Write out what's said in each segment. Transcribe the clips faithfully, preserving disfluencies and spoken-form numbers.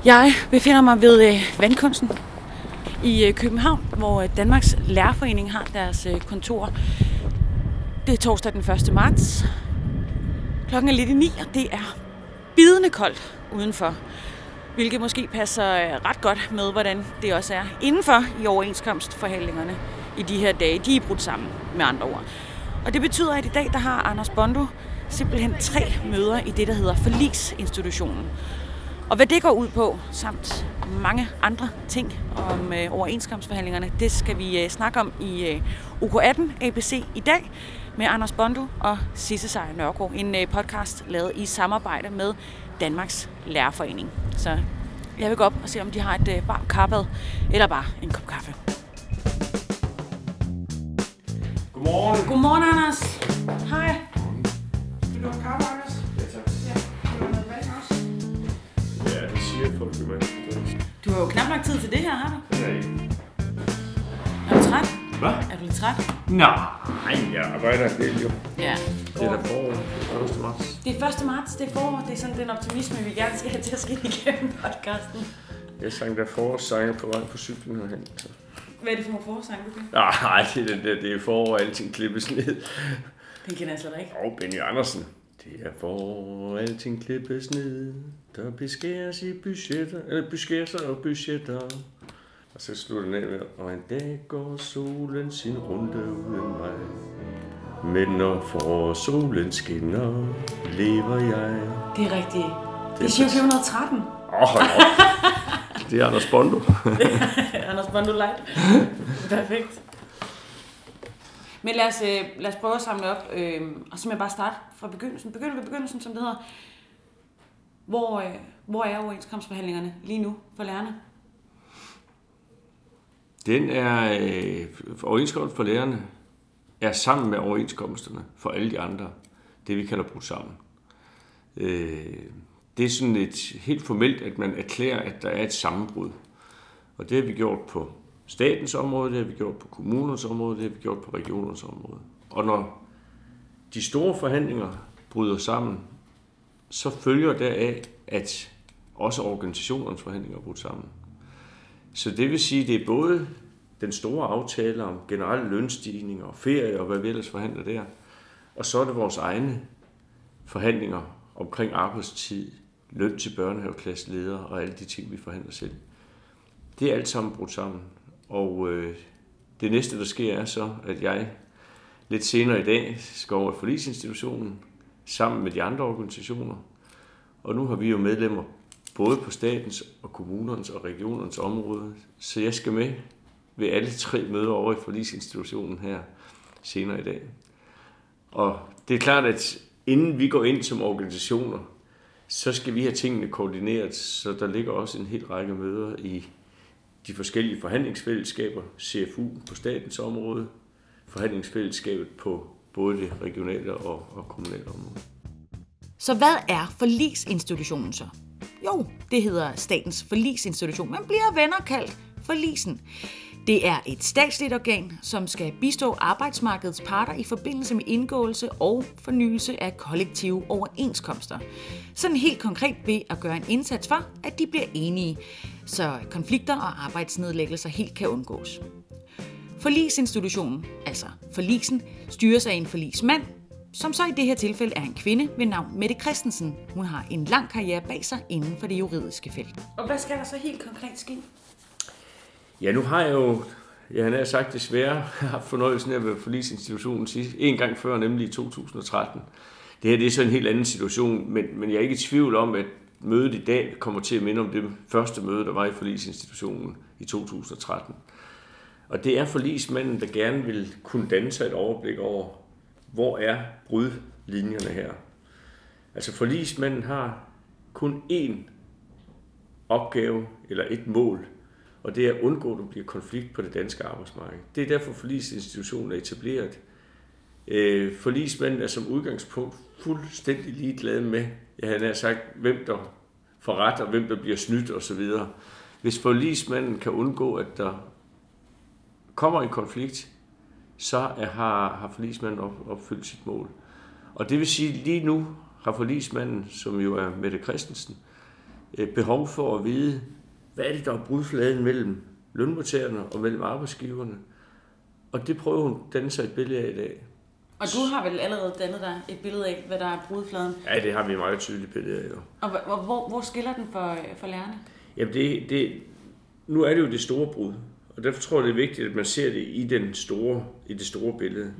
Jeg befinder mig ved øh, Vandkunsten i øh, København, hvor øh, Danmarks Lærerforening har deres øh, kontor. Det er torsdag den første marts. Klokken er lidt i ni, og det er bidende koldt udenfor. Hvilket måske passer øh, ret godt med, hvordan det også er indenfor i overenskomstforhandlingerne i de her dage. De er brudt sammen med andre ord. Og det betyder, at i dag der har Anders Bondo simpelthen tre møder i det, der hedder Forligsinstitutionen. Og hvad det går ud på, samt mange andre ting om øh, overenskomstforhandlingerne, det skal vi øh, snakke om i øh, U K atten A B C i dag med Anders Bondo og Sisse Sejer Nørgaard. En øh, podcast lavet i samarbejde med Danmarks Lærerforening. Så jeg vil gå op og se, om de har et øh, varmt kaffebad eller bare en kop kaffe. Godmorgen. Godmorgen, Anders. Hej. Vil du have kaffe, Anders? Ja, tak. Ja, vil du have noget vand også? Ja, det siger folk jo, man. Du har jo knap nok tid til det her, har du? Det er ikke. Er du træt? Hvad? Er du lidt træt? Nej, jeg arbejder en del jo. Ja. Det er da forår. første marts. Det er første marts, det er forår. Det er sådan den optimisme, vi gerne skal have til at ske igennem podcasten. Jeg sang der forårssange på vej på cyklen herhen. Så. Hvad er det for nogle forårsange, du kan? Nej, det er, det, det er forår, og alting klippes ned. Den kender jeg slet ikke. Og Benny Andersen. Det er forår, alting klippes ned. Der beskæres i budgetter, eller beskæres og budgetter. Og så slutter den af med, og en dag går solen sin runde uden mig. Men når forårssolen skinner, lever jeg. Det er rigtigt. Det er syv fire hundrede og tretten. Åh, oh, hold op. Det er Anders Bondo. Anders Bondo Light. Perfekt. Men lad os, øh, lad os prøve at samle op, øh, og så må jeg bare starte fra begyndelsen. Begynde ved begyndelsen, som det hedder. Hvor, øh, hvor er overenskomstforhandlingerne lige nu for lærerne? Den er, øh, overenskomst for lærerne er sammen med overenskomsterne for alle de andre, det vi kalder brudt sammen. Øh, det er sådan et helt formelt, at man erklærer, at der er et sammenbrud. Og det har vi gjort på statens område, det har vi gjort på kommunernes område, det har vi gjort på regionernes område. Og når de store forhandlinger bryder sammen, så følger deraf, at også organisationernes forhandlinger er brudt sammen. Så det vil sige, at det er både den store aftale om generelle lønstigninger og ferie og hvad vi ellers forhandler der, og så er det vores egne forhandlinger omkring arbejdstid, løn til børnehaveklasseledere og alle de ting, vi forhandler selv. Det er alt sammen brudt sammen. Og øh, det næste, der sker, er så, at jeg lidt senere i dag skal over i Forligsinstitutionen sammen med de andre organisationer. Og nu har vi jo medlemmer både på statens og kommunernes og regionernes område, så jeg skal med ved alle tre møder over i Forligsinstitutionen her senere i dag. Og det er klart, at inden vi går ind som organisationer, så skal vi have tingene koordineret, så der ligger også en hel række møder i de forskellige forhandlingsfællesskaber, C F U på statens område, forhandlingsfællesskabet på både det regionale og, og kommunale område. Så hvad er Forligsinstitutionen så? Jo, det hedder Statens Forligsinstitution, men bliver venner kaldt Forligsen. Det er et statsligt organ, som skal bistå arbejdsmarkedets parter i forbindelse med indgåelse og fornyelse af kollektive overenskomster. Sådan helt konkret ved at gøre en indsats for, at de bliver enige, så konflikter og arbejdsnedlæggelser helt kan undgås. Forligsinstitutionen, altså forligsen, styres af en forligsmand, som så i det her tilfælde er en kvinde ved navn Mette Christensen. Hun har en lang karriere bag sig inden for det juridiske felt. Og hvad skal der så helt konkret ske? Ja, nu har jeg jo, jeg har sagt desværre, haft fornøjelsen af at være Forligsinstitutionen sidst, en gang før, nemlig i to tusind og tretten. Det her det er så en helt anden situation, men, men jeg er ikke i tvivl om, at mødet i dag kommer til at minde om det første møde, der var i Forligsinstitutionen i to tusind og tretten. Og det er forligsmanden, der gerne vil kunne danne sig et overblik over, hvor er brudlinjerne her. Altså forligsmanden har kun én opgave eller et mål, og det er at undgå, at der bliver konflikt på det danske arbejdsmarked. Det er derfor forligsinstitutionen er etableret. Øh, forligsmanden er som udgangspunkt fuldstændig ligeglad med, jeg havde nær sagt, hvem der får ret og hvem der bliver snydt osv. Hvis forligsmanden kan undgå, at der kommer en konflikt, så har, har forligsmanden op, opfyldt sit mål. Og det vil sige, at lige nu har forligsmanden, som jo er Mette Christensen, behov for at vide, hvad er det, der er brudfladen mellem lønmodtagerne og mellem arbejdsgiverne. Og det prøver hun at danne sig et billede af i dag. Og du har vel allerede dannet dig et billede af, hvad der er brudfladen? Ja, det har vi et meget tydeligt billede af. Jo. Og hvor, hvor, hvor skiller den for, for lærerne? Jamen, det, det, nu er det jo det store brud. Og derfor tror jeg, det er vigtigt, at man ser det i, den store, i det store billede.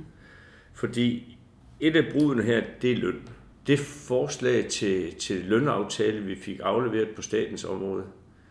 Fordi et af brudene her, det er løn. Det forslag til, til lønaftale, vi fik afleveret på statens område,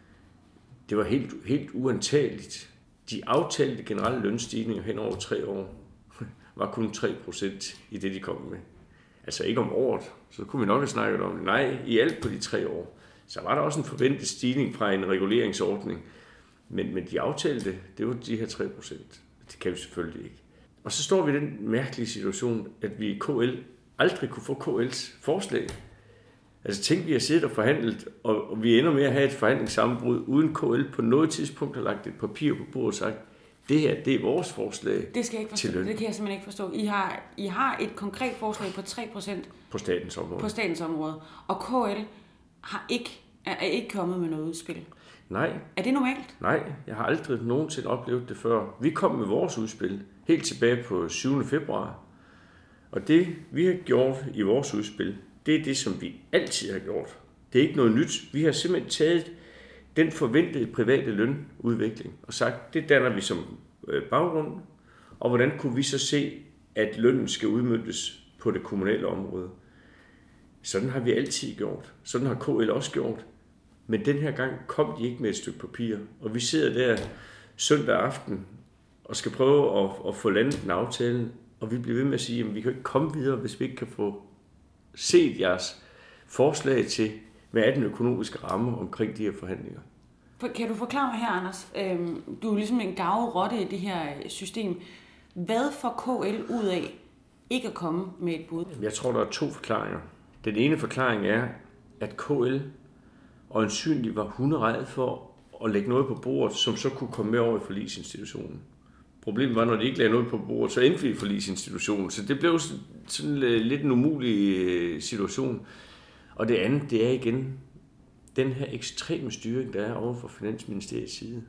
det var helt, helt uantageligt. De aftalte generelle lønstigninger hen over tre år var kun tre procent i det, de kom med. Altså ikke om året, så kunne vi nok have snakket om det. Nej, i alt på de tre år. Så var der også en forventet stigning fra en reguleringsordning. Men, men de aftalte, det var de her tre procent. Det kan vi selvfølgelig ikke. Og så står vi i den mærkelige situation, at vi i K L aldrig kunne få K L's forslag. Altså tænk, vi har siddet og forhandlet, og vi ender med at have et forhandlingssammenbrud, uden K L på noget tidspunkt har lagt et papir på bordet og sagt, det her, det er vores forslag. Det skal jeg ikke forstå. Det kan jeg simpelthen ikke forstå. I har, I har et konkret forslag på tre procent på statens område. På statens område. Og K L har ikke, er ikke kommet med noget udspil. Nej. Er det normalt? Nej, jeg har aldrig nogensinde oplevet det før. Vi kom med vores udspil helt tilbage på syvende februar. Og det, vi har gjort i vores udspil, det er det, som vi altid har gjort. Det er ikke noget nyt. Vi har simpelthen taget den forventede private lønudvikling og sagt, det danner vi som baggrund, og hvordan kunne vi så se, at lønnen skal udmøntes på det kommunale område. Sådan har vi altid gjort. Sådan har K L også gjort. Men den her gang kom de ikke med et stykke papir, og vi sidder der søndag aften og skal prøve at, at få landet en aftale, og vi bliver ved med at sige, at vi kan ikke komme videre, hvis vi ikke kan få set jeres forslag til, hvad er den økonomiske ramme omkring de her forhandlinger. Kan du forklare mig her, Anders? Du er ligesom en garverotte i det her system. Hvad får K L ud af ikke at komme med et bud? Jeg tror, der er to forklaringer. Den ene forklaring er, at K L øjensynligt var hunderæd for at lægge noget på bordet, som så kunne komme med over i forligsinstitutionen. Problemet var, når de ikke lagde noget på bordet, så endte vi i forligsinstitutionen. Så det blev sådan lidt en umulig situation. Og det andet, det er igen den her ekstreme styring, der er over for Finansministeriets side.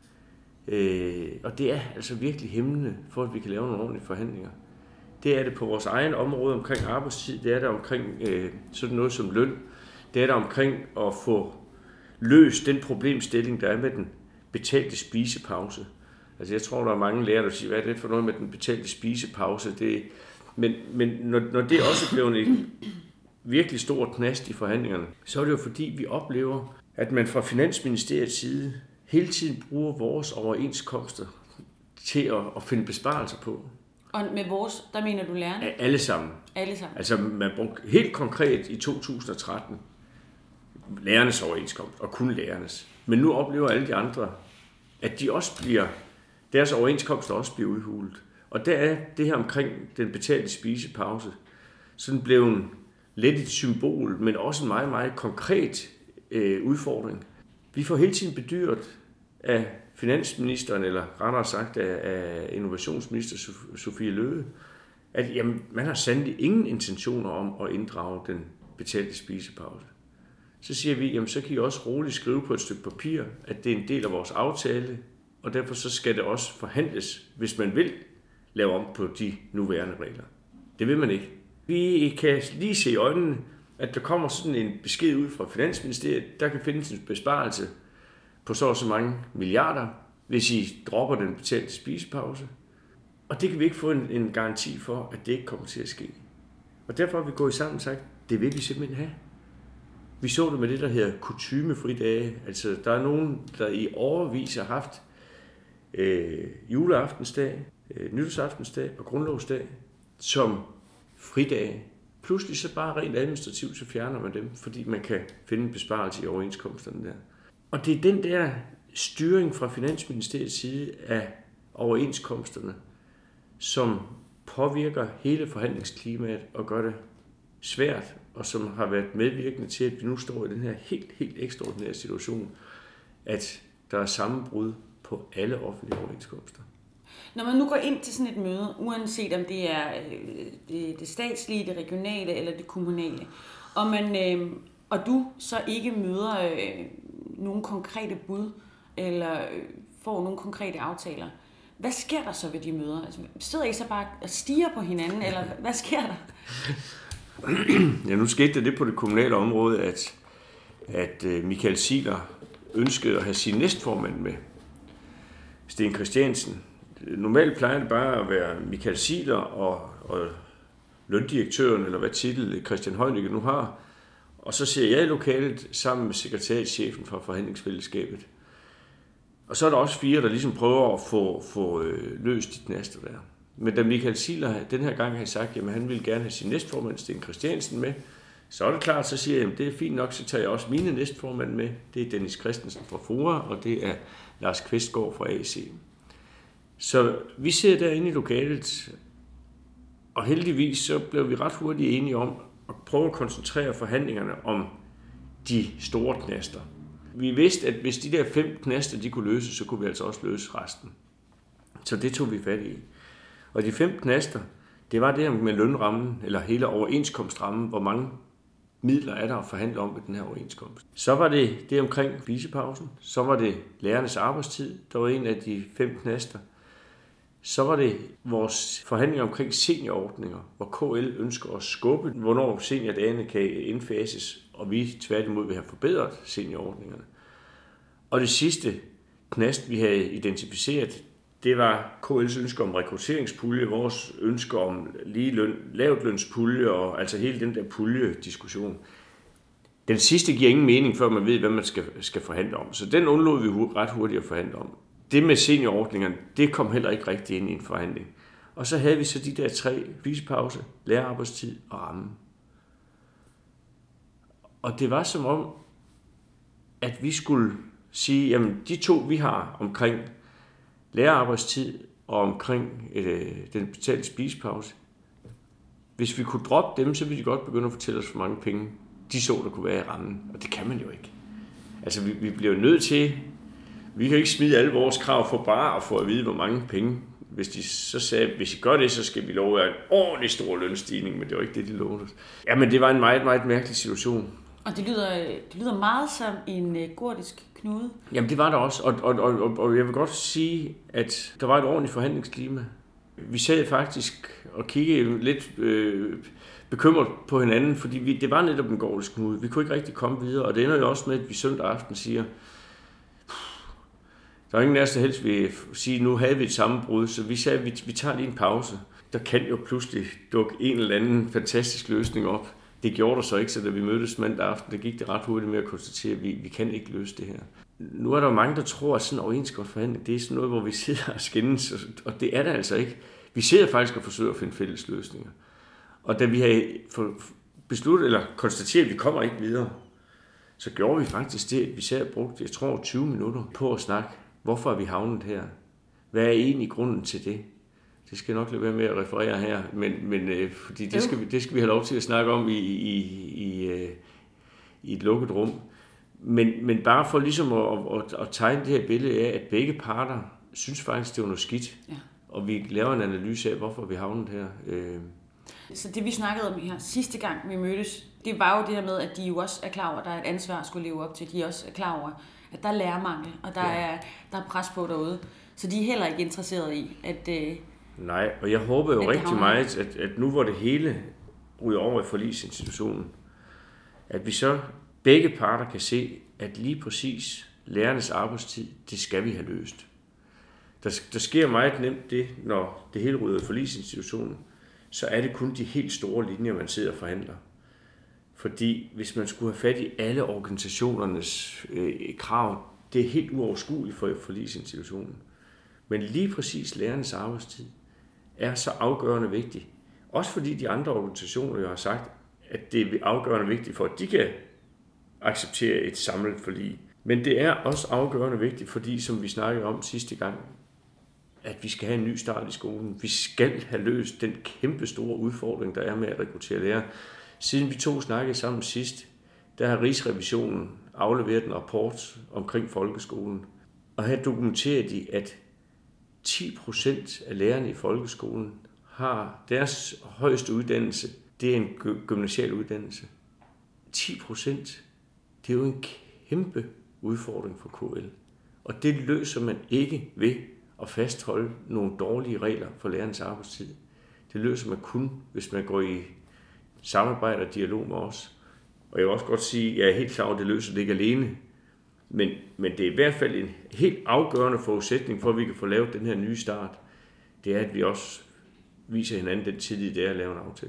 Øh, og det er altså virkelig hæmmende for, at vi kan lave nogle ordentlige forhandlinger. Det er det på vores egen område omkring arbejdstid, det er der omkring øh, sådan noget som løn, det er der omkring at få løst den problemstilling, der er med den betalte spisepause. Altså jeg tror, der er mange lærere, der siger, hvad er det for noget med den betalte spisepause? Det, men men når, når det også bliver en virkelig stor knast i forhandlingerne, så er det jo fordi, vi oplever, at man fra Finansministeriets side hele tiden bruger vores overenskomster til at, at finde besparelser på. Og med vores, der mener du lærerne? Alle sammen. Alle sammen. Altså man brugte helt konkret i to tusind og tretten lærernes overenskomst, og kun lærernes. Men nu oplever alle de andre, at de også bliver, deres overenskomster også bliver udhulet. Og der er det her omkring den betalte spisepause, sådan blev en lidt et symbol, men også en meget, meget konkret øh, udfordring. Vi får hele tiden bedyret af finansministeren, eller rettere sagt af, af innovationsminister Sophie Løhde, at jamen, man har sandelig ingen intentioner om at inddrage den betalte spisepause. Så siger vi, jamen så kan I også roligt skrive på et stykke papir, at det er en del af vores aftale, og derfor så skal det også forhandles, hvis man vil lave om på de nuværende regler. Det vil man ikke. Vi kan lige se i øjnene, at der kommer sådan en besked ud fra Finansministeriet, der kan findes en besparelse på så og så mange milliarder, hvis I dropper den betalte spisepause. Og det kan vi ikke få en, en garanti for, at det ikke kommer til at ske. Og derfor har vi gået sammen og sagt, det vil vi simpelthen have. Vi så det med det, der hedder kutymefridage. Altså, der er nogen, der i årevis har haft øh, juleaftensdag, øh, nytårsaftensdag og grundlovsdag som fridage. Pludselig så bare rent administrativt, så fjerner man dem, fordi man kan finde en besparelse i overenskomsterne der. Og det er den der styring fra Finansministeriets side af overenskomsterne, som påvirker hele forhandlingsklimaet og gør det svært, og som har været medvirkende til, at vi nu står i den her helt, helt ekstraordinære situation, at der er sammenbrud på alle offentlige overenskomster. Når man nu går ind til sådan et møde, uanset om det er det, det statslige, det regionale eller det kommunale, og man, øh, og du så ikke møder øh, nogle konkrete bud, eller øh, får nogle konkrete aftaler, hvad sker der så ved de møder? Altså, sidder I så bare og stiger på hinanden, eller hvad sker der? Ja, nu skete det, det på det kommunale område, at, at Michael Ziegler ønskede at have sin næstformand med, Sten Christiansen. Normalt plejer det bare at være Michael Ziegler og, og løndirektøren, eller hvad titel Christian Heunicke nu har. Og så ser jeg i lokalet sammen med sekretariatschefen fra forhandlingsfællesskabet. Og så er der også fire, der ligesom prøver at få, få øh, løst de knaster der. Men da Michael Ziegler den her gang har sagt, at han ville gerne have sin næstformand, Sten Christiansen, med, så er det klart, så siger jeg, at det er fint nok, så tager jeg også mine næstformand med. Det er Dennis Christensen fra FOA, og det er Lars Kvistgaard fra A C. Så vi sidder derinde i lokalet, og heldigvis så blev vi ret hurtigt enige om at prøve at koncentrere forhandlingerne om de store knaster. Vi vidste, at hvis de der fem knaster, de kunne løse, så kunne vi altså også løse resten. Så det tog vi fat i. Og de fem knaster, det var det med lønrammen, eller hele overenskomstrammen, hvor mange midler er der at forhandle om med den her overenskomst. Så var det det omkring spisepausen, så var det lærernes arbejdstid, der var en af de fem knaster. Så var det vores forhandlinger omkring seniorordninger, hvor K L ønsker at skubbe, hvornår seniordagene kan indfases, og vi tværtimod vil have forbedret seniorordningerne. Og det sidste knast, vi havde identificeret, det var K L's ønske om rekrutteringspulje, vores ønske om ligeløn, lavtlønspulje, og altså hele den der puljediskussion. Den sidste giver ingen mening, før man ved, hvad man skal, skal forhandle om. Så den undlod vi ret hurtigt at forhandle om. Det med seniorordningerne, det kom heller ikke rigtig ind i en forhandling. Og så havde vi så de der tre: spisepause, lærerarbejdstid og ramme. Og det var som om, at vi skulle sige, jamen de to vi har omkring lærerarbejdstid og omkring øh, den betalte spisepause, hvis vi kunne droppe dem, så ville de godt begynde at fortælle os, hvor mange penge de så, der kunne være i rammen. Og det kan man jo ikke. Altså vi, vi bliver nødt til, vi kan ikke smide alle vores krav for bare at få at vide, hvor mange penge. Hvis de så sagde, hvis I gør det, så skal vi love en ordentlig stor lønstigning, men det var ikke det, de lovede os. Jamen det var en meget, meget mærkelig situation. Og det lyder, det lyder meget som en uh, gordisk knude. Jamen det var der også, og, og, og, og jeg vil godt sige, at der var et ordentligt forhandlingsklima. Vi sad faktisk og kiggede lidt øh, bekymret på hinanden, fordi vi, det var netop en gordisk knude. Vi kunne ikke rigtig komme videre, og det ender jo også med, at vi søndag aften siger, der er ingen af os, der helst vil sige, nu havde vi et sammenbrud, så vi sagde, at vi, vi tager lige en pause. Der kan jo pludselig dukke en eller anden fantastisk løsning op. Det gjorde der så ikke, så da vi mødtes mandag aften, der gik det ret hurtigt med at konstatere, at vi, vi kan ikke løse det her. Nu er der jo mange, der tror, at sådan en overenskomstforhandling, det er sådan noget, hvor vi sidder og skændes, og det er det altså ikke. Vi sidder faktisk og forsøger at finde fælles løsninger. Og da vi havde besluttet, eller konstateret, at vi kommer ikke videre, så gjorde vi faktisk det, at vi sad og brugte, jeg tror, tyve minutter på at snakke. Hvorfor er vi havnet her? Hvad er egentlig grunden til det? Det skal jeg nok lade være med at referere her, men, men øh, fordi det skal, vi, det skal vi have lov til at snakke om i, i, i, øh, i et lukket rum. Men, men bare for ligesom at, at, at tegne det her billede af, at begge parter synes faktisk, det var noget skidt. Ja. Og vi laver en analyse af, hvorfor vi havnet her. Øh. Så det vi snakkede om her sidste gang, vi mødtes, det var jo det her med, at de jo også er klar over, at der er et ansvar at skulle leve op til. De er også er klar over, at der er lærermangel, og der, ja. er, der er pres på derude. Så de er heller ikke interesserede i, at... Øh, Nej, og jeg håber jo rigtig meget, at, at nu hvor det hele ryger over i forligsinstitutionen, at vi så begge parter kan se, at lige præcis lærernes arbejdstid, det skal vi have løst. Der, der sker meget nemt det, når det hele ryger i forligsinstitutionen, så er det kun de helt store linjer, man sidder og forhandler. Fordi hvis man skulle have fat i alle organisationernes øh, krav, det er helt uoverskueligt for forligsinstitutionen. Men lige præcis lærernes arbejdstid er så afgørende vigtigt. Også fordi de andre organisationer jo har sagt, at det er afgørende vigtigt for, at de kan acceptere et samlet forlig. Men det er også afgørende vigtigt, fordi som vi snakkede om sidste gang, at vi skal have en ny start i skolen. Vi skal have løst den kæmpe store udfordring, der er med at rekruttere lærere. Siden vi to snakkede sammen sidst, der har Rigsrevisionen afleveret en rapport omkring folkeskolen. Og her dokumenterer de, at ti procent af lærerne i folkeskolen har deres højeste uddannelse, det er en gymnasial uddannelse. ti procent, det er jo en kæmpe udfordring for K L. Og det løser man ikke ved at fastholde nogle dårlige regler for lærernes arbejdstid. Det løser man kun, hvis man går i samarbejde og dialog med os. Og jeg vil også godt sige, at jeg er helt klar over, at det løser det ikke alene. Men, men det er i hvert fald en helt afgørende forudsætning for, at vi kan få lavet den her nye start. Det er, at vi også viser hinanden den tillid, det er at lave en aftale.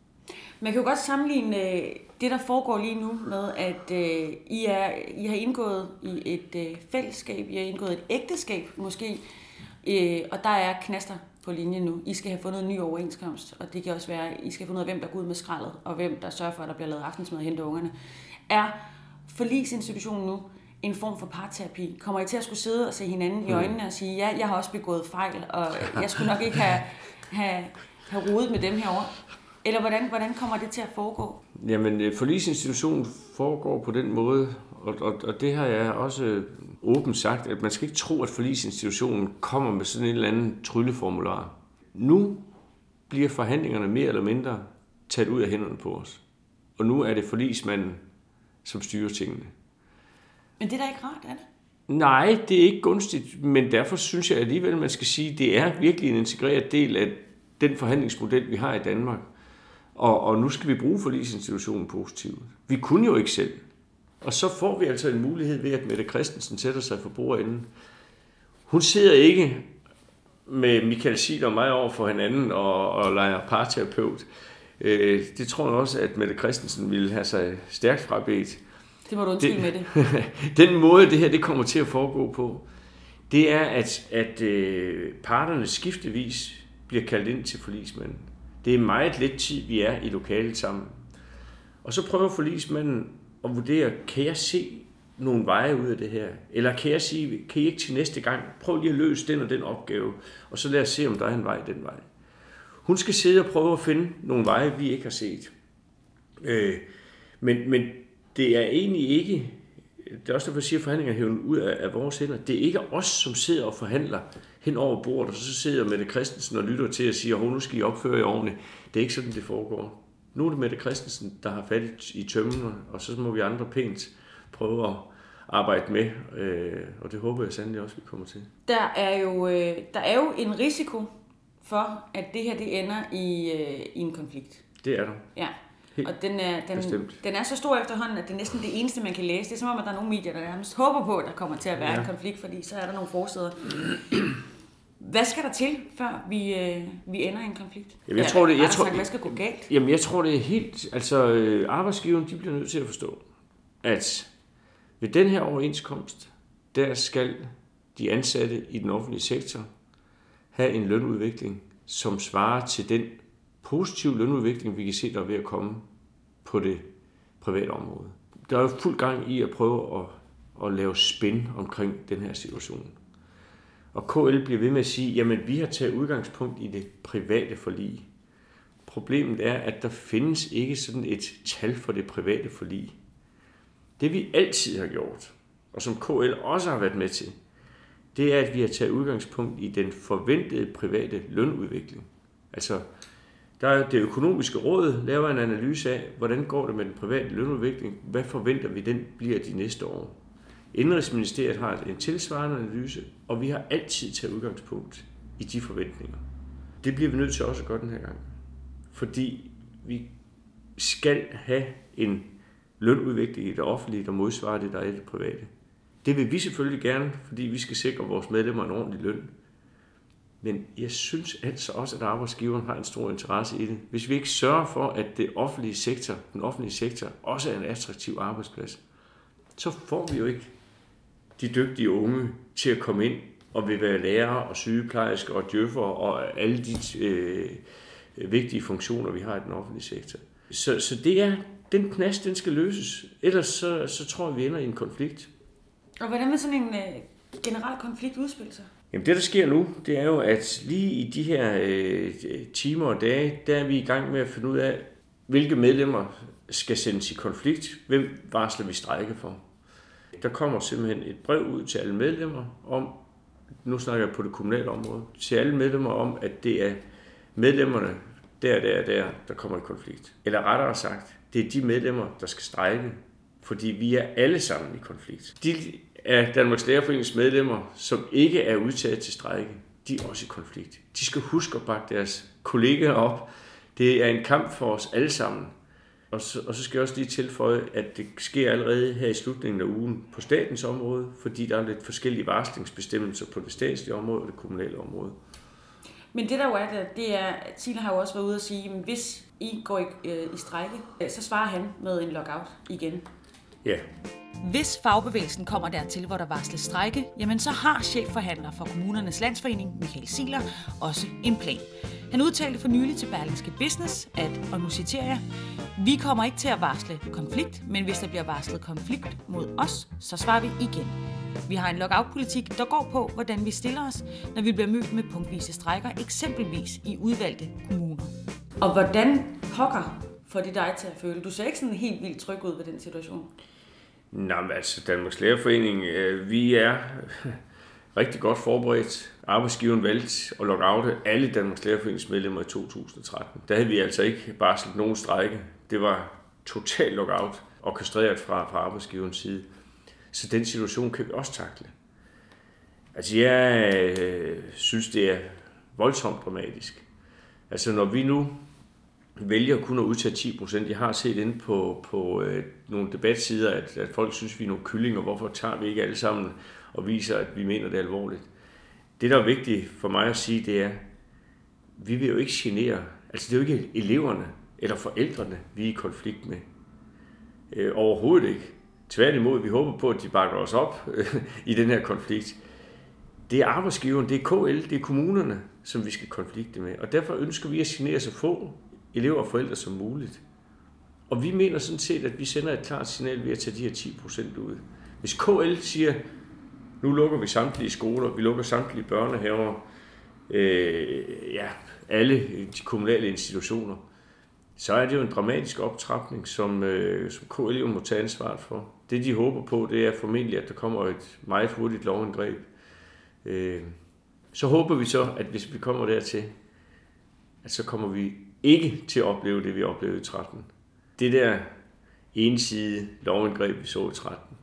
Man kan jo godt sammenligne det, der foregår lige nu med, at øh, I, er, I har indgået i et øh, fællesskab, I har indgået et ægteskab måske, øh, og der er knaster på linjen nu. I skal have fundet en ny overenskomst, og det kan også være, at I skal have fundet ud af, hvem der går ud med skraldet, og hvem der sørger for, at der bliver lavet aftensmad og hente ungerne. Er forligsinstitutionen nu en form for parterapi? Kommer I til at skulle sidde og se hinanden i øjnene og sige, ja, jeg har også begået fejl, og jeg skulle nok ikke have, have, have rodet med dem herovre? Eller hvordan, hvordan kommer det til at foregå? Jamen, forligsinstitutionen foregår på den måde, og, og, og det har jeg også åbent sagt, at man skal ikke tro, at forligsinstitutionen kommer med sådan en eller anden trylleformular. Nu bliver forhandlingerne mere eller mindre taget ud af hænderne på os. Og nu er det forligsmanden, som styrer tingene. Men det er da ikke rart, er det? Nej, det er ikke gunstigt, men derfor synes jeg alligevel, at man skal sige, at det er virkelig en integreret del af den forhandlingsmodel, vi har i Danmark. Og, og nu skal vi bruge forligsinstitutionen positivt. Vi kunne jo ikke selv. Og så får vi altså en mulighed ved, at Mette Christensen sætter sig for bordenden. Hun sidder ikke med Michael Ziegler og mig over for hinanden og, og leger parterapeut. Øh, det tror jeg også, at Mette Christensen ville have sig stærkt frabedt. Det må du undskylde med det. Den måde, det her det kommer til at foregå på, det er, at, at øh, parterne skiftevis bliver kaldt ind til forligsmanden. Det er meget lidt tid, vi er i lokalet sammen. Og så prøver forligsmanden at vurdere, kan jeg se nogle veje ud af det her? Eller kan jeg sige, kan I ikke til næste gang, prøv lige at løse den og den opgave, og så lad os se, om der er en vej den vej. Hun skal sidde og prøve at finde nogle veje, vi ikke har set. Øh, men, men det er egentlig ikke, det er også derfor, jeg siger, at forhandlingerne hæver ud af, af vores hænder. Det er ikke os, som sidder og forhandler hen over bordet, og så sidder Mette Christensen og lytter til og siger, at nu skal I opføre jer ordentligt. Det er ikke sådan, det foregår. Nu er det Mette Christensen, der har fat i tømmerne, og så må vi andre pænt prøve at arbejde med, og det håber jeg sandelig også, vi kommer til. Der er jo, der er jo en risiko for, at det her det ender i, i en konflikt. Det er der. Ja. Og den er, den, den er så stor efterhånden, at det er næsten det eneste, man kan læse. Det er som om, at der er nogle medier, der nærmest håber på, at der kommer til at være ja. en konflikt, fordi så er der nogle forsider. Hvad skal der til, før vi, øh, vi ender i en konflikt? Jamen, jeg tror, det, jeg tror, sagt, hvad skal gå galt? Jamen, jeg tror, det er helt... Altså, arbejdsgiveren, de bliver nødt til at forstå, at ved den her overenskomst, der skal de ansatte i den offentlige sektor have en lønudvikling, som svarer til den positiv lønudvikling, vi kan se, der er ved at komme på det private område. Der er jo fuld gang i at prøve at, at lave spin omkring den her situation. Og K L bliver ved med at sige, jamen vi har taget udgangspunkt i det private forlig. Problemet er, at der findes ikke sådan et tal for det private forlig. Det vi altid har gjort, og som K L også har været med til, det er, at vi har taget udgangspunkt i den forventede private lønudvikling. Altså, der er det økonomiske råd, laver en analyse af, hvordan går det med den private lønudvikling, hvad forventer vi, den bliver de næste år. Indenrigsministeriet har en tilsvarende analyse, og vi har altid taget udgangspunkt i de forventninger. Det bliver vi nødt til også at gøre den her gang. Fordi vi skal have en lønudvikling i det offentlige, der modsvarer det, der er i det private. Det vil vi selvfølgelig gerne, fordi vi skal sikre vores medlemmer en ordentlig løn. Men jeg synes altså også, at arbejdsgiveren har en stor interesse i det. Hvis vi ikke sørger for, at det offentlige sektor, den offentlige sektor også er en attraktiv arbejdsplads, så får vi jo ikke de dygtige unge til at komme ind og vil være lærere og sygeplejersker og djøffer og alle de øh, vigtige funktioner, vi har i den offentlige sektor. Så, så det er, den knast, den skal løses. Ellers så, så tror jeg, vi ender i en konflikt. Og hvordan vil sådan en øh, generel konflikt udspille sig? Jamen det, der sker nu, det er jo, at lige i de her øh, timer og dage, der er vi i gang med at finde ud af, hvilke medlemmer skal sendes i konflikt. Hvem varsler vi strejke for? Der kommer simpelthen et brev ud til alle medlemmer om, nu snakker jeg på det kommunale område, til alle medlemmer om, at det er medlemmerne der, der, der, der kommer i konflikt. Eller rettere sagt, det er de medlemmer, der skal strejke, fordi vi er alle sammen i konflikt. De af Danmarks Lærerforenings medlemmer, som ikke er udtaget til strejke, de er også i konflikt. De skal huske at bakke deres kollegaer op. Det er en kamp for os alle sammen. Og så, og så skal jeg også lige tilføje, at det sker allerede her i slutningen af ugen på statens område, fordi der er lidt forskellige varslingsbestemmelser på det statslige område og det kommunale område. Men det der jo er, det er, at Thiele har jo også været ude at sige, at hvis I går i, øh, i strejke, så svarer han med en lockout igen. Ja. Hvis fagbevægelsen kommer dertil, hvor der varsles strejke, jamen så har chefforhandler for Kommunernes Landsforening, Michael Ziegler, også en plan. Han udtalte for nylig til Berlingske Business, at, og nu citerer jeg, vi kommer ikke til at varsle konflikt, men hvis der bliver varslet konflikt mod os, så svarer vi igen. Vi har en lockout-politik, der går på, hvordan vi stiller os, når vi bliver mødt med punktvise strejker, eksempelvis i udvalgte kommuner. Og hvordan pokker får det dig til at føle? Du ser ikke sådan helt vildt tryg ud ved den situation. Nå, men altså Danmarks Lærerforening, vi er rigtig godt forberedt. Arbejdsgiveren valgte at lockoute alle Danmarks Lærerforenings medlemmer i to tusind og tretten. Der havde vi altså ikke varslet nogen strejke. Det var total lockout, orkestreret fra, fra arbejdsgiverens side. Så den situation kan vi også takle. Altså jeg øh, synes, det er voldsomt dramatisk. Altså når vi nu vælger kun at udtage ti procent. Jeg har set inde på, på øh, nogle debatsider, at, at folk synes, vi er nogle kyllinger. Hvorfor tager vi ikke alle sammen og viser, at vi mener det alvorligt? Det, der er vigtigt for mig at sige, det er, vi vil jo ikke genere. Altså det er jo ikke eleverne eller forældrene, vi er i konflikt med. Øh, overhovedet ikke. Tværtimod, vi håber på, at de bakker os op øh, i den her konflikt. Det er arbejdsgiveren, det er K L, det er kommunerne, som vi skal konflikte med. Og derfor ønsker vi at genere så få elever og forældre som muligt. Og vi mener sådan set, at vi sender et klart signal ved at tage de her ti procent ud. Hvis K L siger, nu lukker vi samtlige skoler, vi lukker samtlige børnehaver, øh, ja, alle de kommunale institutioner, så er det jo en dramatisk optrapning, som, øh, som K L jo må tage ansvaret for. Det de håber på, det er formentlig, at der kommer et meget hurtigt lovindgreb. Øh, så håber vi så, at hvis vi kommer dertil, at så kommer vi ikke til at opleve det, vi oplevede i tretten. Det der ensidige lovindgreb, vi så i tretten,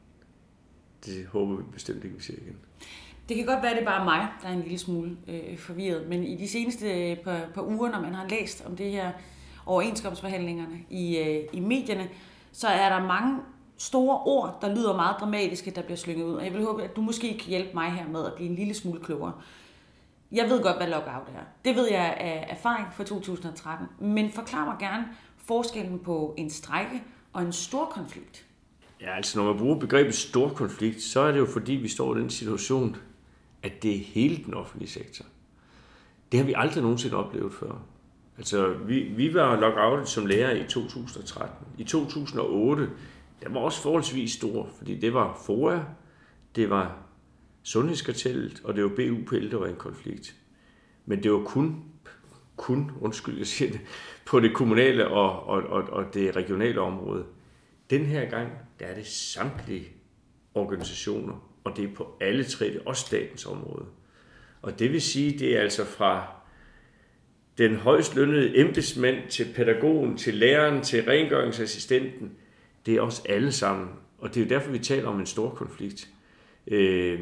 det håber vi bestemt ikke, vi ser igen. Det kan godt være, at det er bare mig, der er en lille smule øh, forvirret, men i de seneste par, par uger, når man har læst om det her overenskomstforhandlingerne i, øh, i medierne, så er der mange store ord, der lyder meget dramatiske, der bliver slynget ud. Og jeg vil håbe, at du måske kan hjælpe mig her med at blive en lille smule klogere. Jeg ved godt, hvad lockout er. Det ved jeg af erfaring fra to tusind og tretten. Men forklar mig gerne forskellen på en strejke og en stor konflikt. Ja, altså når man bruger begrebet stor konflikt, så er det jo fordi, vi står i den situation, at det er hele den offentlige sektor. Det har vi aldrig nogensinde oplevet før. Altså, vi, vi var lockoutet som lærer i to tusind og tretten. I to tusind og otte, der var også forholdsvis stor, fordi det var FOA, det var Sundhedskartellet, og det var B U P L, der var en konflikt. Men det var kun, kun undskyld, jeg siger det, på det kommunale og, og, og, og det regionale område. Den her gang, der er det samtlige organisationer, og det er på alle tre, det er også statens område. Og det vil sige, det er altså fra den højst lønnede embedsmand til pædagogen, til læreren, til rengøringsassistenten. Det er også alle sammen, og det er jo derfor, vi taler om en stor konflikt. Øh,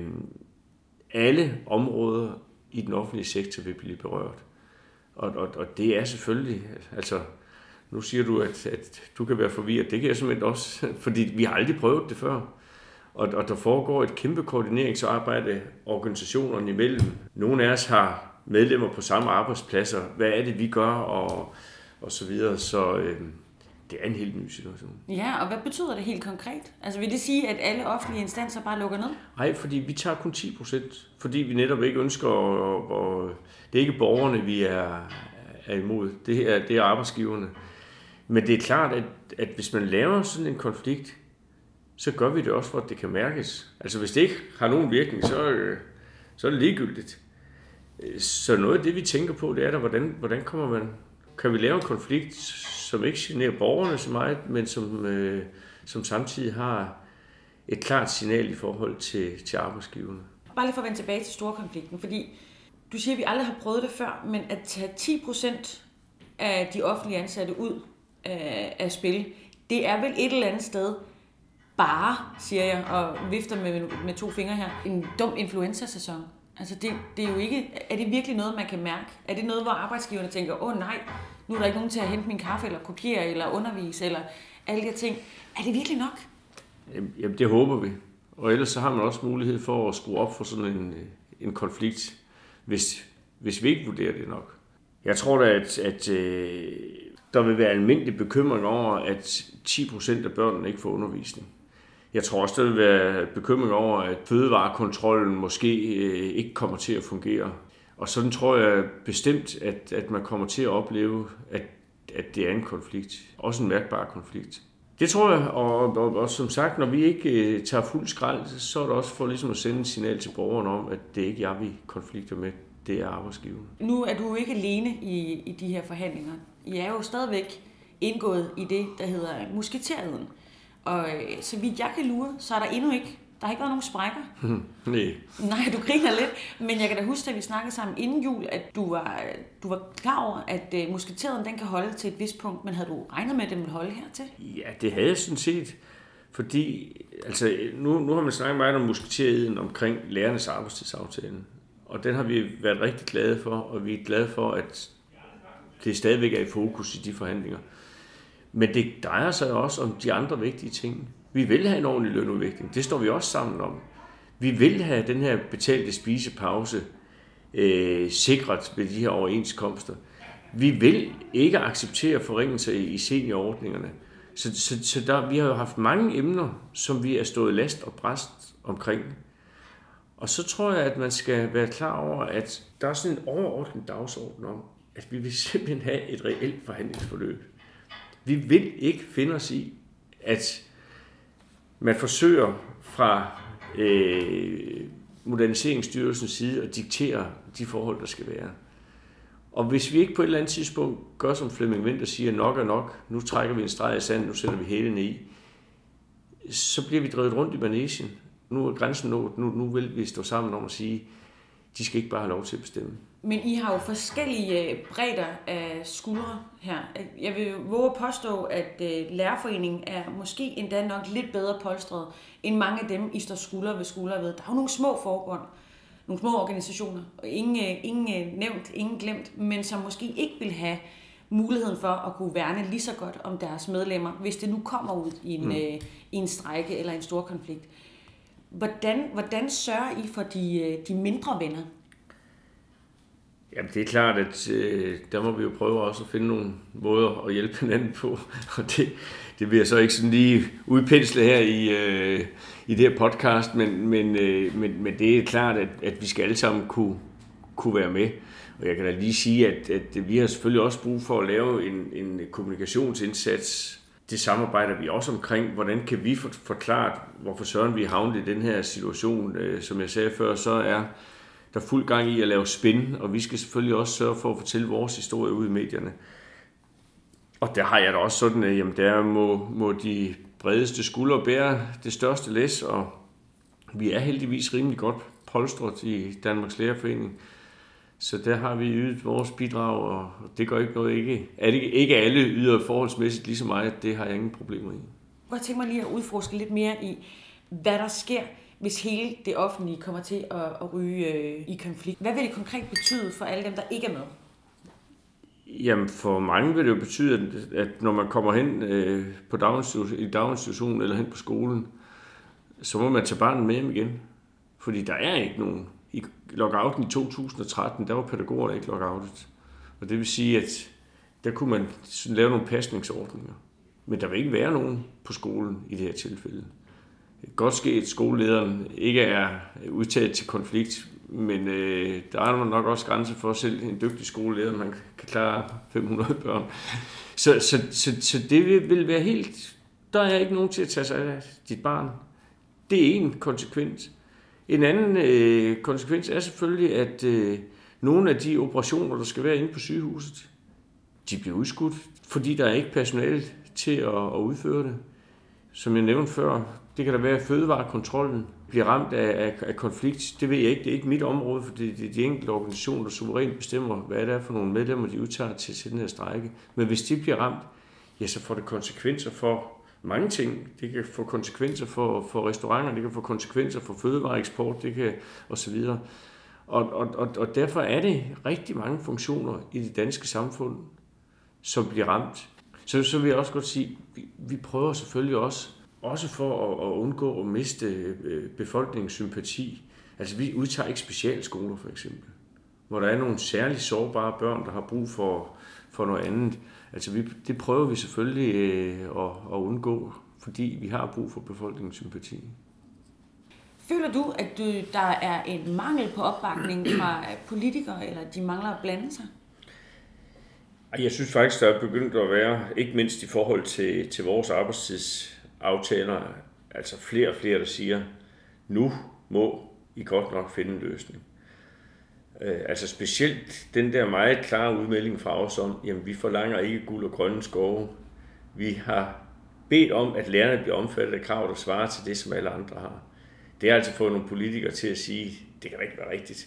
alle områder i den offentlige sektor vil blive berørt. Og, og, og det er selvfølgelig, altså nu siger du, at, at du kan være forvirret. Det kan jeg simpelthen også, fordi vi har aldrig prøvet det før. Og, og der foregår et kæmpe koordineringsarbejde organisationerne imellem. Nogle af os har medlemmer på samme arbejdspladser. Hvad er det, vi gør, og, og så videre. Så øh, det er en helt ny situation. Ja, og hvad betyder det helt konkret? Altså vil det sige, at alle offentlige instanser bare lukker ned? Nej, fordi vi tager kun ti procent. Fordi vi netop ikke ønsker, og, og det er ikke borgerne, vi er, er imod. Det er, det er arbejdsgiverne. Men det er klart, at, at hvis man laver sådan en konflikt, så gør vi det også, for at det kan mærkes. Altså hvis det ikke har nogen virkning, så, så er det ligegyldigt. Så noget af det, vi tænker på, det er, der, hvordan, hvordan kommer man, kan vi lave en konflikt, som ikke generer borgerne så meget, men som, øh, som samtidig har et klart signal i forhold til, til arbejdsgiverne. Bare lige for at vende tilbage til storkonflikten, fordi du siger, at vi aldrig har prøvet det før, men at tage ti procent af de offentlige ansatte ud af, af spil, Det er vel et eller andet sted bare, siger jeg, og vifter med, med to fingre her, en dum influenza-sæson. Altså det, det er jo ikke, er det virkelig noget, man kan mærke? Er det noget, hvor arbejdsgiverne tænker, åh nej, nu er der ikke nogen til at hente min kaffe, eller kopiere, eller undervise, eller alle de her ting. Er det virkelig nok? Jamen det håber vi. Og ellers så har man også mulighed for at skrue op for sådan en, en konflikt, hvis, hvis vi ikke vurderer det nok. Jeg tror da, at, at øh, der vil være almindelig bekymring over, at ti procent af børnene ikke får undervisning. Jeg tror også, der vil være bekymring over, at fødevarekontrollen måske øh, ikke kommer til at fungere. Og sådan tror jeg bestemt, at, at man kommer til at opleve, at, at det er en konflikt. Også en mærkbar konflikt. Det tror jeg, og, og, og som sagt, når vi ikke øh, tager fuld skrald, så er det også for ligesom at sende et signal til borgerne om, at det ikke er jeg, vi konflikter med, det er arbejdsgiveren. Nu er du jo ikke alene i, i de her forhandlinger. I er jo stadigvæk indgået i det, der hedder musketereden. Og så vidt jeg kan lure, så er der endnu ikke, der har ikke været nogen sprækker. Nej. Nej, du griner lidt, men jeg kan da huske, at vi snakkede sammen inden jul, at du var, du var klar over, at musketereden den kan holde til et vist punkt, men havde du regnet med, at den ville holde hertil? Ja, det havde jeg sådan set, fordi altså, nu, nu har man snakket meget om musketereden omkring lærernes arbejdstidsaftale, og den har vi været rigtig glade for, og vi er glade for, at det stadigvæk er i fokus i de forhandlinger. Men det drejer sig også om de andre vigtige ting. Vi vil have en ordentlig lønudvikling. Det står vi også sammen om. Vi vil have den her betalte spisepause øh, sikret ved de her overenskomster. Vi vil ikke acceptere forringelser i seniorordningerne. Så, så, så der, vi har jo haft mange emner, som vi er stået last og bræst omkring. Og så tror jeg, at man skal være klar over, at der er sådan en overordnet dagsorden om, at vi vil simpelthen have et reelt forhandlingsforløb. Vi vil ikke finde os i, at man forsøger fra øh, Moderniseringsstyrelsens side at diktere de forhold, der skal være. Og hvis vi ikke på et eller andet tidspunkt gør som Flemming Winther siger, nok er nok, nu trækker vi en streg i sand, nu sætter vi hælene i, så bliver vi drevet rundt i manegen. Nu er grænsen nået, nu, nu vil vi stå sammen om at sige, de skal ikke bare have lov til at bestemme. Men I har jo forskellige bredder af skuldre her. Jeg vil våge at påstå, at Lærerforeningen er måske endda nok lidt bedre polstret, end mange af dem, I står skulder ved skulder ved. Der er jo nogle små forbund, nogle små organisationer, og ingen, ingen nævnt, ingen glemt, men som måske ikke vil have muligheden for at kunne værne lige så godt om deres medlemmer, hvis det nu kommer ud i en, mm. øh, i en strejke eller en stor konflikt. Hvordan, hvordan sørger I for de, de mindre venner? Jamen det er klart, at øh, der må vi jo prøve også at finde nogle måder at hjælpe hinanden på. Og det, det vil jeg så ikke sådan lige udpensle her i, øh, i det her podcast, men, men, øh, men, men det er klart, at, at vi skal alle sammen kunne, kunne være med. Og jeg kan da lige sige, at, at vi har selvfølgelig også brug for at lave en, en kommunikationsindsats. Det samarbejder vi også omkring. Hvordan kan vi forklare, hvorfor søren vi er havnet i den her situation? Som jeg sagde før, så er der fuld gang i at lave spin, og vi skal selvfølgelig også sørge for at fortælle vores historie ud i medierne. Og der har jeg da også sådan, at jamen, der må, må de bredeste skuldre bære det største læs, og vi er heldigvis rimelig godt polstret i Danmarks Lærerforening. Så der har vi ydet vores bidrag, og det gør ikke noget. Ikke, at ikke alle yder forholdsmæssigt lige så meget, det har jeg ingen problemer i. Jeg tænker mig lige at udforske lidt mere i, hvad der sker, hvis hele det offentlige kommer til at, at ryge øh, i konflikt. Hvad vil det konkret betyde for alle dem, der ikke er med? Jamen for mange vil det jo betyde, at, at når man kommer hen øh, på daginstitution, i daginstitutionen eller hen på skolen, så må man tage barnet med hjem igen. Fordi der er ikke nogen. I lockouten i to tusind og tretten, der var pædagogerne ikke lockoutet. Og det vil sige, at der kunne man lave nogle pasningsordninger. Men der vil ikke være nogen på skolen i det her tilfælde. Det kan godt ske, at skolelederen ikke er udtaget til konflikt, men øh, der er nok også grænse for selv en dygtig skoleleder, man kan klare fem hundrede børn. Så, så, så, så det vil, vil være helt... Der er ikke nogen til at tage sig af dit barn. Det er en konsekvens. En anden øh, konsekvens er selvfølgelig, at øh, nogle af de operationer, der skal være inde på sygehuset, de bliver udskudt, fordi der er ikke personale til at, at udføre det. Som jeg nævnte før, det kan da være, at fødevarekontrollen bliver ramt af, af, af konflikt. Det ved jeg ikke. Det er ikke mit område, for det er de enkelte organisationer, der suverænt bestemmer, hvad det er for nogle medlemmer, de udtager til, til den her strejke. Men hvis de bliver ramt, ja, så får det konsekvenser for mange ting. Det kan få konsekvenser for, for restauranter, det kan få konsekvenser for fødevareeksport, det kan osv. Og, og, og, og derfor er det rigtig mange funktioner i det danske samfund, som bliver ramt. Så, så vil jeg også godt sige, vi, vi prøver selvfølgelig også, også for at, at undgå at miste befolkningens sympati. Altså vi udtager ikke specialskoler for eksempel, hvor der er nogle særligt sårbare børn, der har brug for, for noget andet. Altså vi, det prøver vi selvfølgelig øh, at, at undgå, fordi vi har brug for befolkningens sympati. Føler du, at du, der er en mangel på opbakning fra politikere, eller de mangler at blande sig? Jeg synes faktisk, der er begyndt at være, ikke mindst i forhold til, til vores arbejdstidsaftaler, altså flere og flere, der siger, nu må I godt nok finde en løsning. Altså specielt den der meget klare udmelding fra os om, jamen vi forlanger ikke guld og grønne skove. Vi har bedt om, at lærerne bliver omfattet af krav, der svarer til det, som alle andre har. Det har altså fået nogle politikere til at sige, det kan da ikke være rigtigt.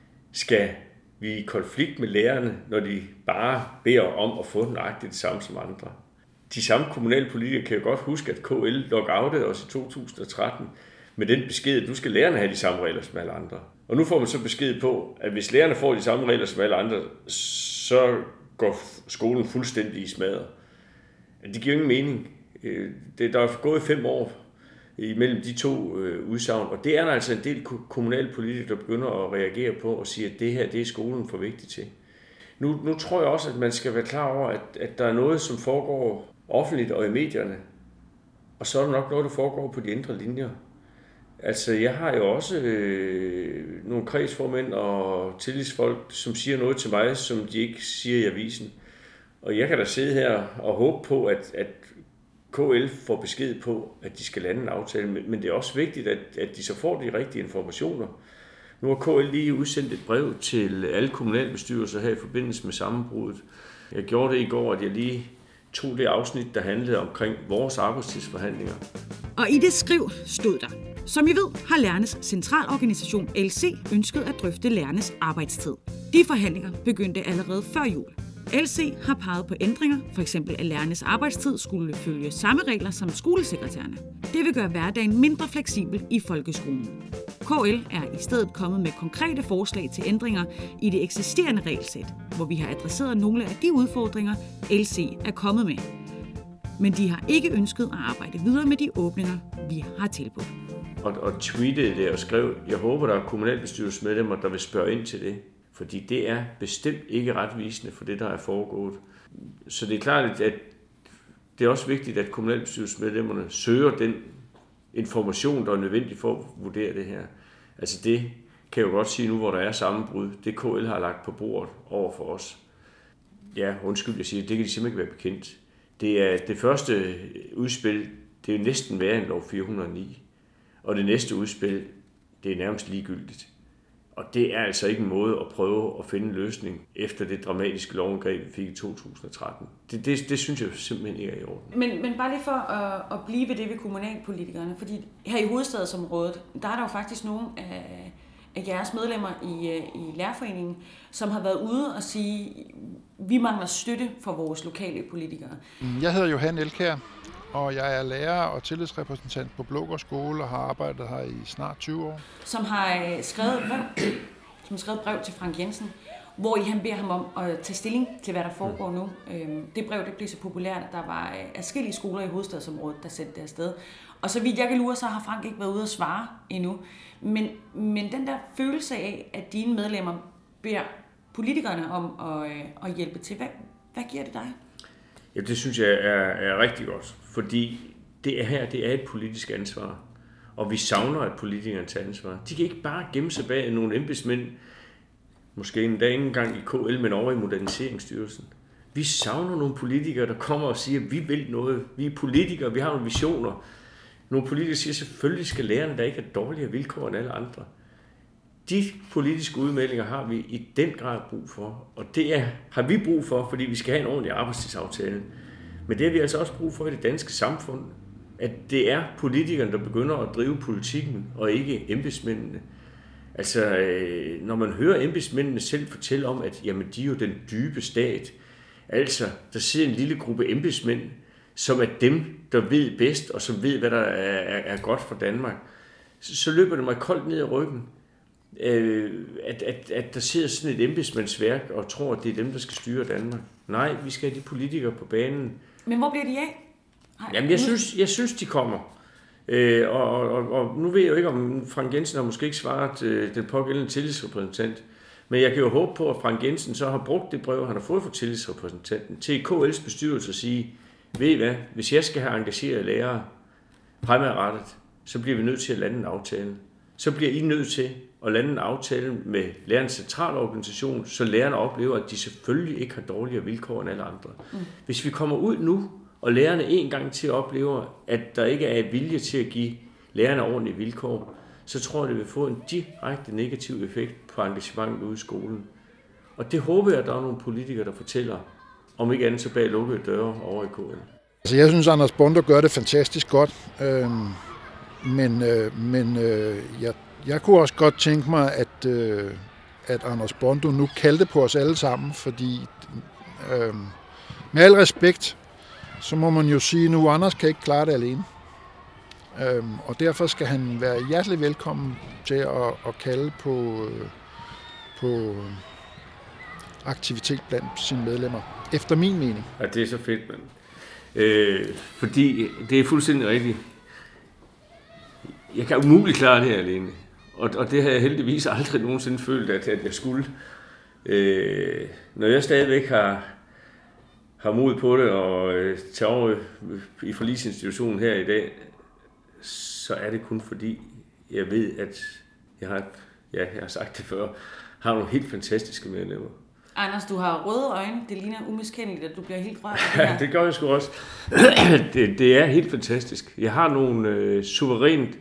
Skal vi i konflikt med lærerne, når de bare beder om at få nøjagtigt det samme som andre? De samme kommunale politikere kan jo godt huske, at K L lockoutede os i to tusind og tretten med den besked, at nu skal lærerne have de samme regler som alle andre. Og nu får man så besked på, at hvis lærerne får de samme regler som alle andre, så går skolen fuldstændig i smadret. Det giver ingen mening. Der er gået fem år imellem de to udsagn, og det er der altså en del kommunale politikere, der begynder at reagere på og sige, at det her det er skolen for vigtigt til. Nu, nu tror jeg også, at man skal være klar over, at, at der er noget, som foregår offentligt og i medierne, og så er der nok noget, der foregår på de indre linjer. Altså, jeg har jo også øh, nogle kredsformænd og tillidsfolk, som siger noget til mig, som de ikke siger i avisen. Og jeg kan da sidde her og håbe på, at, at K L får besked på, at de skal lande en aftale. Men det er også vigtigt, at, at de så får de rigtige informationer. Nu har K L lige udsendt et brev til alle kommunalbestyrelser her i forbindelse med sammenbruddet. Jeg gjorde det i går, at jeg lige tog det afsnit, der handlede omkring vores arbejdstidsforhandlinger. Og i det skriv stod der: Som I ved, har Lærernes Centralorganisation L C ønsket at drøfte lærernes arbejdstid. De forhandlinger begyndte allerede før jul. L C har peget på ændringer, f.eks. at lærernes arbejdstid skulle følge samme regler som skolesekretærerne. Det vil gøre hverdagen mindre fleksibel i folkeskolen. K L er i stedet kommet med konkrete forslag til ændringer i det eksisterende regelsæt, hvor vi har adresseret nogle af de udfordringer, L C er kommet med. Men de har ikke ønsket at arbejde videre med de åbninger, vi har tilbudt. Og, og tweetede det og skrev, jeg håber, der er kommunalbestyrelsesmedlemmer, der vil spørge ind til det. Fordi det er bestemt ikke retvisende for det, der er foregået. Så det er klart, at det er også vigtigt, at kommunalbestyrelsesmedlemmerne søger den information, der er nødvendig for at vurdere det her. Altså det kan jeg jo godt sige nu, hvor der er sammenbrud. Det K L har lagt på bordet over for os. Ja, undskyld, jeg siger, det kan de simpelthen ikke være bekendt. Det er det første udspil, det er næsten værre end lov fire hundrede og ni. Og det næste udspil, det er nærmest ligegyldigt. Og det er altså ikke en måde at prøve at finde en løsning efter det dramatiske lovindgreb, vi fik i to tusind og tretten. Det, det, det synes jeg simpelthen ikke er i orden. Men, men bare lige for at, at blive ved det ved kommunalpolitikerne, fordi her i hovedstadsområdet, der er der jo faktisk nogle af, af jeres medlemmer i, i Lærerforeningen, som har været ude og sige, vi mangler støtte fra vores lokale politikere. Jeg hedder Johan Elkjær, og jeg er lærer og tillidsrepræsentant på Blågård Skole og har arbejdet her i snart tyve år. Som har skrevet brev, som har skrevet brev til Frank Jensen, hvor I han beder ham om at tage stilling til, hvad der foregår nu. Det brev det blev så populært, at der var adskillige skoler i hovedstadsområdet, der sendte det afsted. Og så vidt jeg kan lure, så har Frank ikke været ude at svare endnu. Men, men den der følelse af, at dine medlemmer beder politikerne om at, at hjælpe til, hvad, hvad giver det dig? Ja, det synes jeg er, er rigtig godt, fordi det er her, det er et politisk ansvar, og vi savner, at politikerne tager ansvar. De kan ikke bare gemme sig bag nogle embedsmænd, måske endda ikke engang i K L, men over i Moderniseringsstyrelsen. Vi savner nogle politikere, der kommer og siger, at vi vil noget, vi er politikere, vi har nogle visioner. Nogle politikere siger, at selvfølgelig skal lærerne der ikke have dårligere vilkår end alle andre. De politiske udmeldinger har vi i den grad brug for, og det er, har vi brug for, fordi vi skal have en ordentlig arbejdstidsaftale. Men det har vi altså også brug for i det danske samfund, at det er politikerne, der begynder at drive politikken, og ikke embedsmændene. Altså, når man hører embedsmændene selv fortælle om, at jamen, de er jo den dybe stat, altså, der sidder en lille gruppe embedsmænd, som er dem, der ved bedst, og som ved, hvad der er, er, er godt for Danmark, så, så løber det mig koldt ned ad ryggen, øh, at, at, at der sidder sådan et embedsmandsværk og tror, at det er dem, der skal styre Danmark. Nej, vi skal have de politikere på banen. Men hvor bliver de af? Ej, Jamen, jeg synes, jeg synes, de kommer. Øh, og, og, og nu ved jeg jo ikke, om Frank Jensen har måske ikke svaret øh, den pågældende tillidsrepræsentant, men jeg kan jo håbe på, at Frank Jensen så har brugt det brev, han har fået fra tillidsrepræsentanten, til K L's bestyrelse at sige, ved I hvad, hvis jeg skal have engageret lærere fremadrettet, så bliver vi nødt til at lande en aftale. Så bliver I nødt til at lande en aftale med lærernes centralorganisation, så lærerne oplever, at de selvfølgelig ikke har dårligere vilkår end alle andre. Mm. Hvis vi kommer ud nu, og lærerne en gang til oplever, at der ikke er vilje til at give lærerne ordentlige vilkår, så tror jeg, det vil få en direkte negativ effekt på engagementet ude i skolen. Og det håber jeg, at der er nogle politikere, der fortæller, om ikke andet så bag lukkede døre over i K L. Altså, jeg synes, Anders Bondo gør det fantastisk godt, øhm, men, øh, men øh, jeg, jeg kunne også godt tænke mig, at, øh, at Anders Bondo nu kaldte på os alle sammen, fordi øh, med al respekt, så må man jo sige, at nu Anders kan ikke klare det alene. Øhm, og derfor skal han være hjertelig velkommen til at, at kalde på, øh, på aktivitet blandt sine medlemmer, efter min mening. Ja, det er så fedt, mand. Øh, fordi det er fuldstændig rigtigt. Jeg kan umuligt klare det her alene. Og, og det har jeg heldigvis aldrig nogensinde følt, at, at jeg skulle. Øh, når jeg stadigvæk har, har mod på det og øh, tager over i forligsinstitutionen her i dag, så er det kun fordi, jeg ved, at jeg har, ja, jeg har sagt det før, har nogle helt fantastiske medlemmer. Anders, du har røde øjne. Det ligner umiskendeligt, at du bliver helt rørt. Ja, det gør jeg sgu også. det, det er helt fantastisk. Jeg har nogle øh, suverænt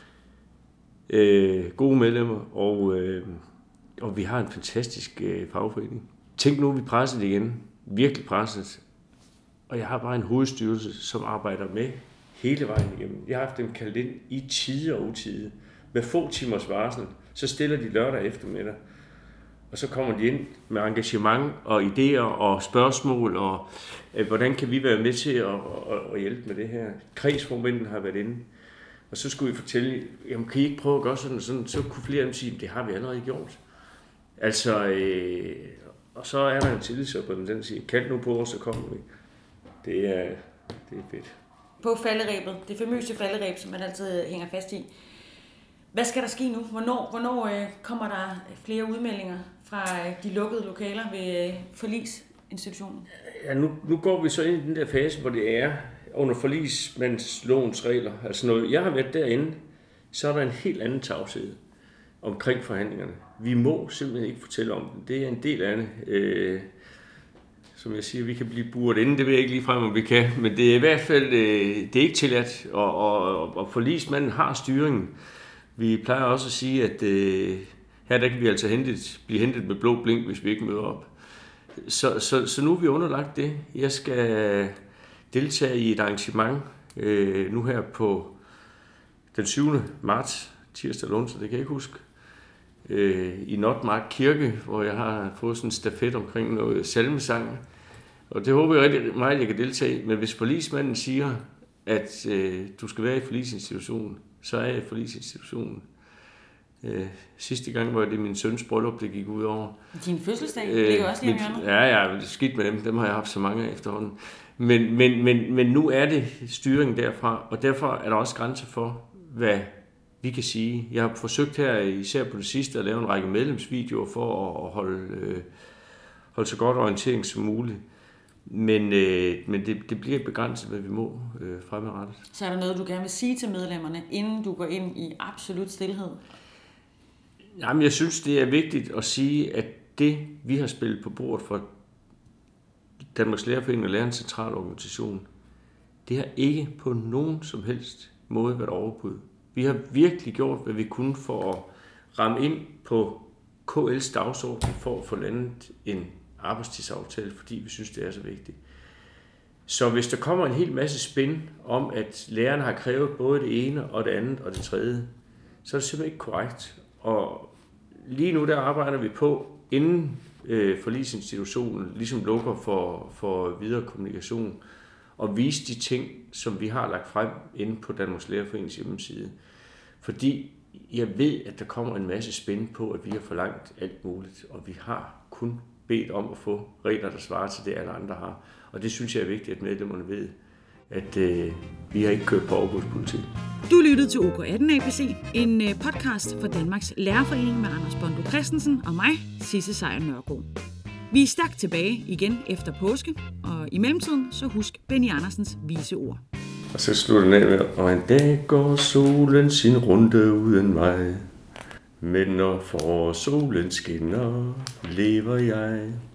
øh, gode medlemmer, og, øh, og vi har en fantastisk øh, fagforening. Tænk nu, vi presset igen. Virkelig presset. Og jeg har bare en hovedstyrelse, som arbejder med hele vejen igennem. Jeg har haft dem kaldt ind i tide og utide. Med få timers varsel, så stiller de lørdag eftermiddag. Og så kommer de ind med engagement og idéer og spørgsmål, og øh, hvordan kan vi være med til at, at, at hjælpe med det her. Kredsformænden har været inde, og så skulle vi fortælle, jamen kan I ikke prøve at gøre sådan og sådan, så kunne flere af dem sige, det har vi allerede gjort. Altså, øh, og så er der en tillidsrepræsentant, der siger, kald nu på os, så kommer vi. Det er, det er fedt. På falderæbet, det famøse falderæb, som man altid hænger fast i. Hvad skal der ske nu? Hvornår, hvornår øh, kommer der flere udmeldinger fra øh, de lukkede lokaler ved øh, forligsinstitutionen? Ja, nu, nu går vi så ind i den der fase, hvor det er under forligsmandslovens regler. Altså når jeg har været derinde, så er der en helt anden tavshed omkring forhandlingerne. Vi må simpelthen ikke fortælle om den. Det er en del af det. Øh, som jeg siger, vi kan blive buret inden, det ved jeg ikke lige frem, om vi kan. Men det er i hvert fald øh, det er ikke tilladt, og, og, og forligsmanden har styringen. Vi plejer også at sige, at øh, her der kan vi altså hentet, blive hentet med blå blink, hvis vi ikke møder op. Så, så, så nu er vi underlagt det. Jeg skal deltage i et arrangement øh, nu her på den syvende marts, tirsdag eller onsdag, det kan jeg ikke huske, øh, i Notmark Kirke, hvor jeg har fået sådan en stafet omkring noget salmesang. Og det håber jeg rigtig meget, at jeg kan deltage. Men hvis forligsmanden siger, at øh, du skal være i forligsinstitutionen, så er jeg i forligsinstitutionen. Øh, sidste gang var det min søns bryllup, det gik ud over. Din fødselsdag øh, ligger også lige om hjørnet. Ja, ja, det er skidt med dem. Dem har jeg haft så mange af efterhånden. Men, men, men, men nu er det styringen derfra, og derfor er der også grænser for, hvad vi kan sige. Jeg har forsøgt her, især på det sidste, at lave en række medlemsvideoer for at holde, øh, holde så godt orientering som muligt. Men, øh, men det, det bliver begrænset, hvad vi må øh, fremadrettet. Så er der noget, du gerne vil sige til medlemmerne, inden du går ind i absolut stilhed? Jamen, jeg synes, det er vigtigt at sige, at det, vi har spillet på bordet for Danmarks Lærerforening og Lærernes Centralorganisation, det har ikke på nogen som helst måde været overbud. Vi har virkelig gjort, hvad vi kunne for at ramme ind på K L's dagsorden for at få landet en arbejdstidsaftale, fordi vi synes, det er så vigtigt. Så hvis der kommer en hel masse spin om, at lærerne har krævet både det ene og det andet og det tredje, så er det simpelthen ikke korrekt. Og lige nu der arbejder vi på, inden øh, forligsinstitutionen ligesom lukker for, for videre kommunikation, og vise de ting, som vi har lagt frem inde på Danmarks Lærerforenings hjemmeside. Fordi jeg ved, at der kommer en masse spænd på, at vi har forlangt alt muligt, og vi har kun bedt om at få regler, der svarer til det, alle andre har. Og det synes jeg er vigtigt, at medlemmerne ved, at øh, vi har ikke kørt på overbudspolitik. Du lyttede til O K atten A B C, en podcast fra Danmarks Lærerforening med Anders Bondo Christensen og mig, Sisse Sejer Nørgaard. Vi er stærkt tilbage igen efter påske, og i mellemtiden så husk Benny Andersens vise ord. Og så slutter den af med, og en dag går solen sin runde uden vej, men når for solen skinner, lever jeg.